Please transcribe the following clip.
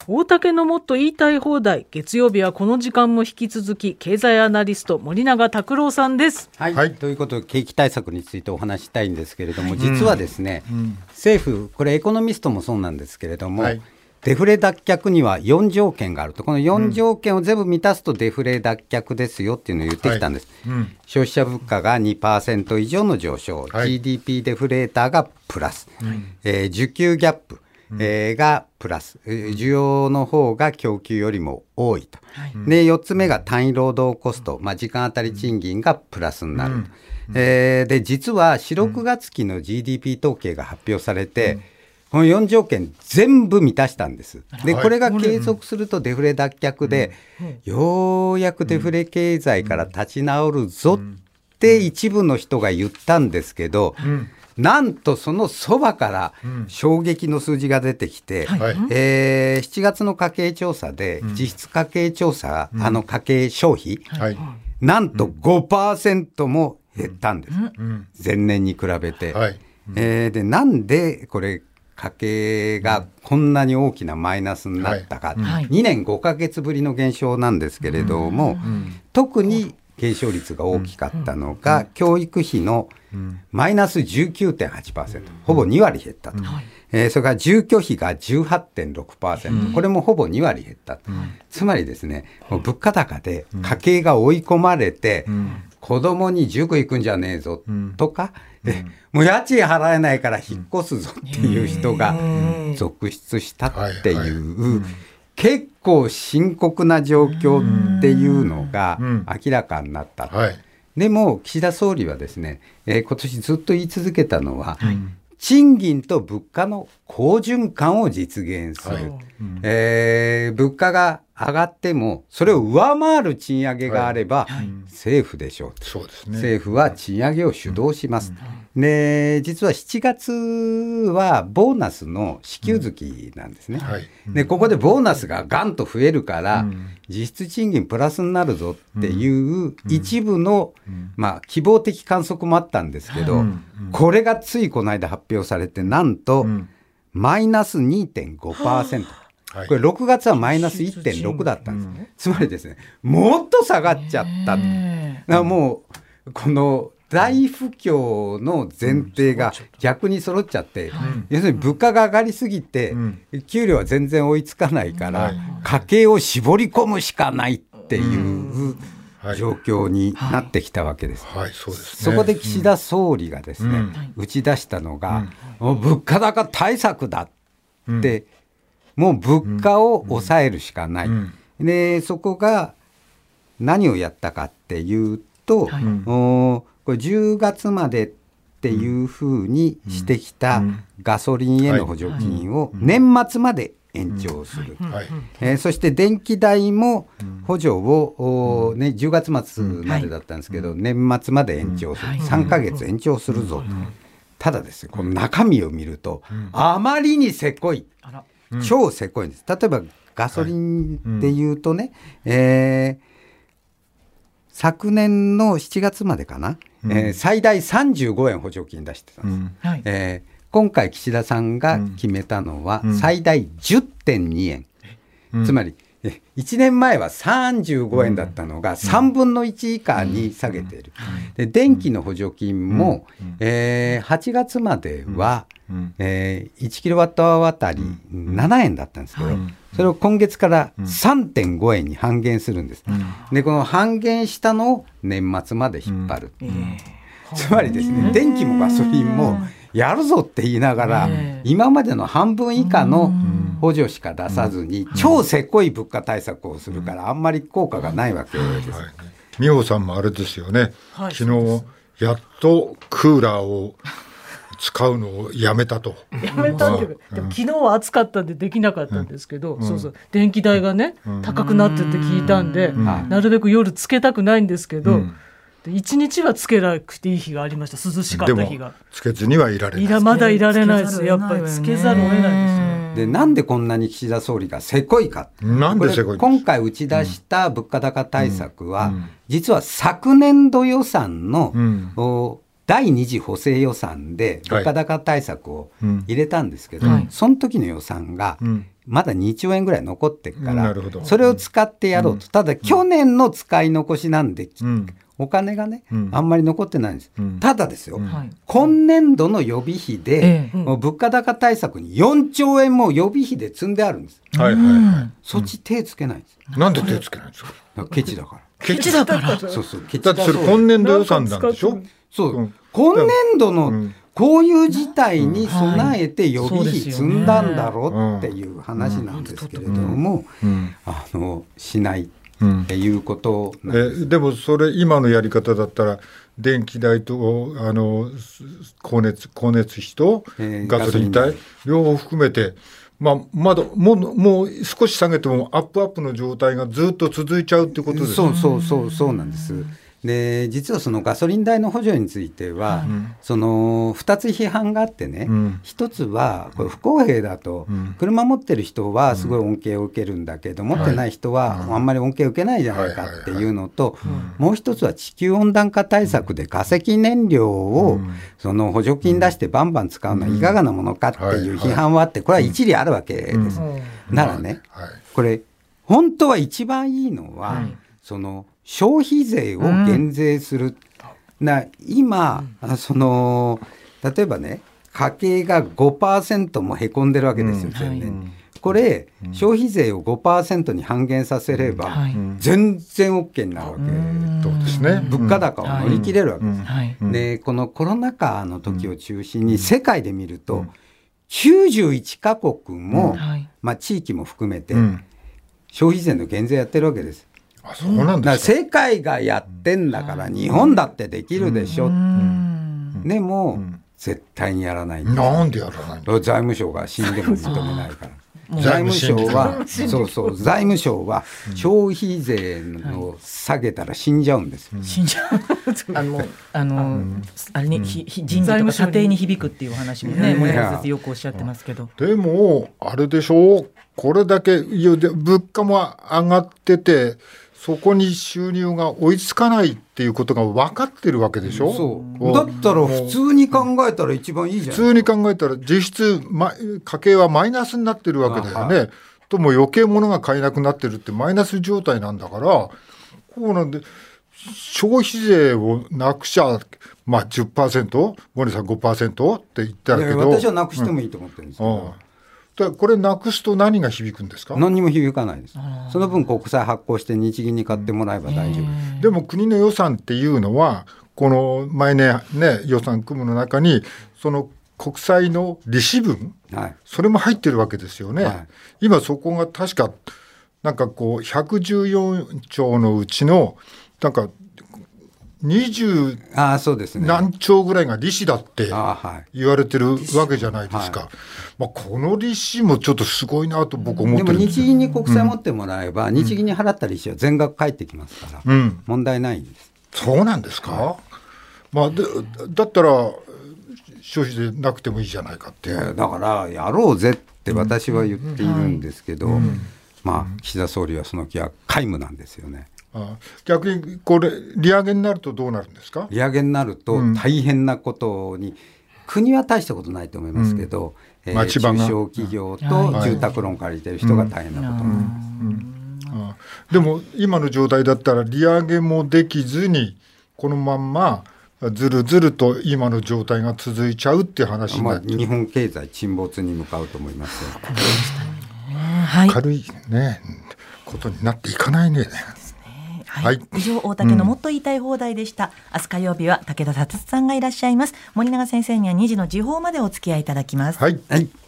大竹のもっと言いたい放題、月曜日はこの時間も引き続き経済アナリスト森永卓郎さんです。 はい、ということで景気対策についてお話したいんですけれども、実はですね、政府これエコノミストもそうなんですけれども、デフレ脱却には4条件があると、この4条件を全部満たすとデフレ脱却ですよっていうのを言ってきたんです、消費者物価が 2% 以上の上昇、GDP デフレーターがプラス、需給ギャップがプラス、需要の方が供給よりも多いと、で4つ目が単位労働コスト、時間当たり賃金がプラスになると、で実は4、6月期の GDP 統計が発表されて、この4条件全部満たしたんです。でこれが継続するとデフレ脱却で、ようやくデフレ経済から立ち直るぞって一部の人が言ったんですけど、なんとそのそばから衝撃の数字が出てきて、7月の家計調査で実質家計調査、家計消費、なんと 5% も減ったんです、前年に比べて、でなんでこれ家計がこんなに大きなマイナスになったか、2年5ヶ月ぶりの減少なんですけれども、特に減少率が大きかったのが、教育費のマイナス 19.8%、ほぼ2割減ったと、それから住居費が 18.6%、これもほぼ2割減った、つまりですね、もう物価高で家計が追い込まれて、子供に塾行くんじゃねえぞとか、もう家賃払えないから引っ越すぞっていう人が続出したっていう、結構深刻な状況っていうのが明らかになった、でも岸田総理はですね、今年ずっと言い続けたのは、賃金と物価の好循環を実現する、物価が上がってもそれを上回る賃上げがあれば、政府でしょう、政府は賃上げを主導します、で実は7月はボーナスの支給月なんですね、でここでボーナスがガンと増えるから、実質賃金プラスになるぞっていう一部の、希望的観測もあったんですけど、これがついこの間発表されて、なんとマイナス 2.5%、これ6月はマイナス 1.6 だったんです、つまりですね、もっと下がっちゃった、だからもうこの大不況の前提が逆に揃っちゃって、要するに物価が上がりすぎて、給料は全然追いつかないから、家計を絞り込むしかないっていう状況になってきたわけです。そこで岸田総理がですね、打ち出したのが、もう物価高対策だって、もう物価を抑えるしかない、でそこが何をやったかっていうと、これ10月までっていうふうにしてきたガソリンへの補助金を年末まで延長する、そして電気代も補助を、10月末までだったんですけど、年末まで延長する、3ヶ月延長するぞ、ただですね、この中身を見ると、あまりにせこい、超せこいんです。例えばガソリンでいうとね、昨年の7月までかな、最大35円補助金出してたんです、今回岸田さんが決めたのは最大 10.2 円、つまり1年前は35円だったのが3分の1以下に下げている、で電気の補助金も、8月までは、1キロワットアワーあたり7円だったんですけど、それを今月から 3.5 円に半減するんです、でこの半減したのを年末まで引っ張る、つまりですね、電気もガソリンもやるぞって言いながら、今までの半分以下の補助しか出さずに、超せこい物価対策をするから、あんまり効果がないわけです。 美穂さんもあれですよね、昨日やっとクーラーを使うのをやめたと。 やめたっていうか、でも昨日は暑かったんでできなかったんですけど、電気代がね、高くなってって聞いたんで、なるべく夜つけたくないんですけど、1日はつけなくていい日がありました。涼しかった日が。 でもつけずにはいられない。 まだいられないです。やっぱりつけざるを得ないですね。 でなんでこんなに岸田総理がせこいか。 なんでせこいんですか。 今回打ち出した物価高対策は、実は昨年度予算の、第2次補正予算で物価高対策を入れたんですけど、その時の予算がまだ2兆円ぐらい残ってるから、それを使ってやろうと。ただ去年の使い残しなんで、お金がね、あんまり残ってないんです。ただですよ、今年度の予備費で、もう物価高対策に4兆円も予備費で積んであるんです。そっち手つけないんです。 なんで手つけないんですか？ ケチだから。 ケチだから。 そうそう、ケチだってそれ今年度予算なんでしょ？ そう、今年度のこういう事態に備えて予備費積んだんだろうっていう話なんですけれども、しないっていうことなんです。 でもそれ今のやり方だったら電気代と光熱費とガソリン代両方含めて、まだもう少し下げてもアップの状態がずっと続いちゃうってことですね。 そうなんです。で実はそのガソリン代の補助については、その2つ批判があってね、1つはこれ不公平だと、車持ってる人はすごい恩恵を受けるんだけど、持ってない人はあんまり恩恵を受けないじゃないかっていうのと、もう1つは地球温暖化対策で化石燃料をその補助金出してバンバン使うのはいかがなものかっていう批判はあって、これは一理あるわけです。ならね、これ本当は一番いいのは、その消費税を減税する。今例えばね、家計が 5% もへこんでるわけですよ、全年。これ消費税を 5% に半減させれば全然 OK になるわけですね。物価高を乗り切れるわけです。でこのコロナ禍の時を中心に世界で見ると91カ国も、地域も含めて消費税の減税やってるわけです。 そうなんですか。 世界がやってんだから日本だってできるでしょ。でも絶対にやらないんです。 なんでやらないんだ。 財務省が死んでも認めないから。財務省は財務省は消費税を下げたら死んじゃうんです。 死んじゃう。あれに人事とか査定に響くっていう話もね、森永先生よくおっしゃってますけど。 でもあれでしょう。これだけ物価も上がってて、そこに収入が追いつかないっていうことが分かってるわけでしょ。 そうだったら普通に考えたら一番いいじゃん。 普通に考えたら実質、家計はマイナスになってるわけだよね。とも余計物が買えなくなってるってマイナス状態なんだから、こうなんで消費税をなくしゃ、10%、森さん 5% って言ったけど、 私はなくしてもいいと思ってるんですけど、 これなくすと何が響くんですか？ 何にも響かないです。その分国債発行して日銀に買ってもらえば大丈夫。 でも国の予算っていうのはこの毎年ね、予算組むの中にその国債の利子分、それも入ってるわけですよね。今そこが確かなんかこう114兆のうちのなんか20何兆ぐらいが利子だって言われてるわけじゃないですか。この利子もちょっとすごいなと僕思ってるんです。 でも日銀に国債持ってもらえば、日銀に払った利子は全額返ってきますから、問題ないんです。 そうなんですか？だったら消費税なくてもいいじゃないかって。 だからやろうぜって私は言っているんですけど、岸田総理はその気は皆無なんですよね。 逆にこれ利上げになるとどうなるんですか？ 利上げになると大変なことに、国は大したことないと思いますけど、中小企業と住宅ローン借りてる人が大変なことになります。 でも今の状態だったら利上げもできずにこのまんまずるずると今の状態が続いちゃうっていう話になって、 日本経済沈没に向かうと思いますよ。 軽いねことになっていかないね。 以上、大竹のもっと言いたい放題でした。明日火曜日は武田達さんがいらっしゃいます。森永先生には2時の時報までお付き合いいただきます。 はい。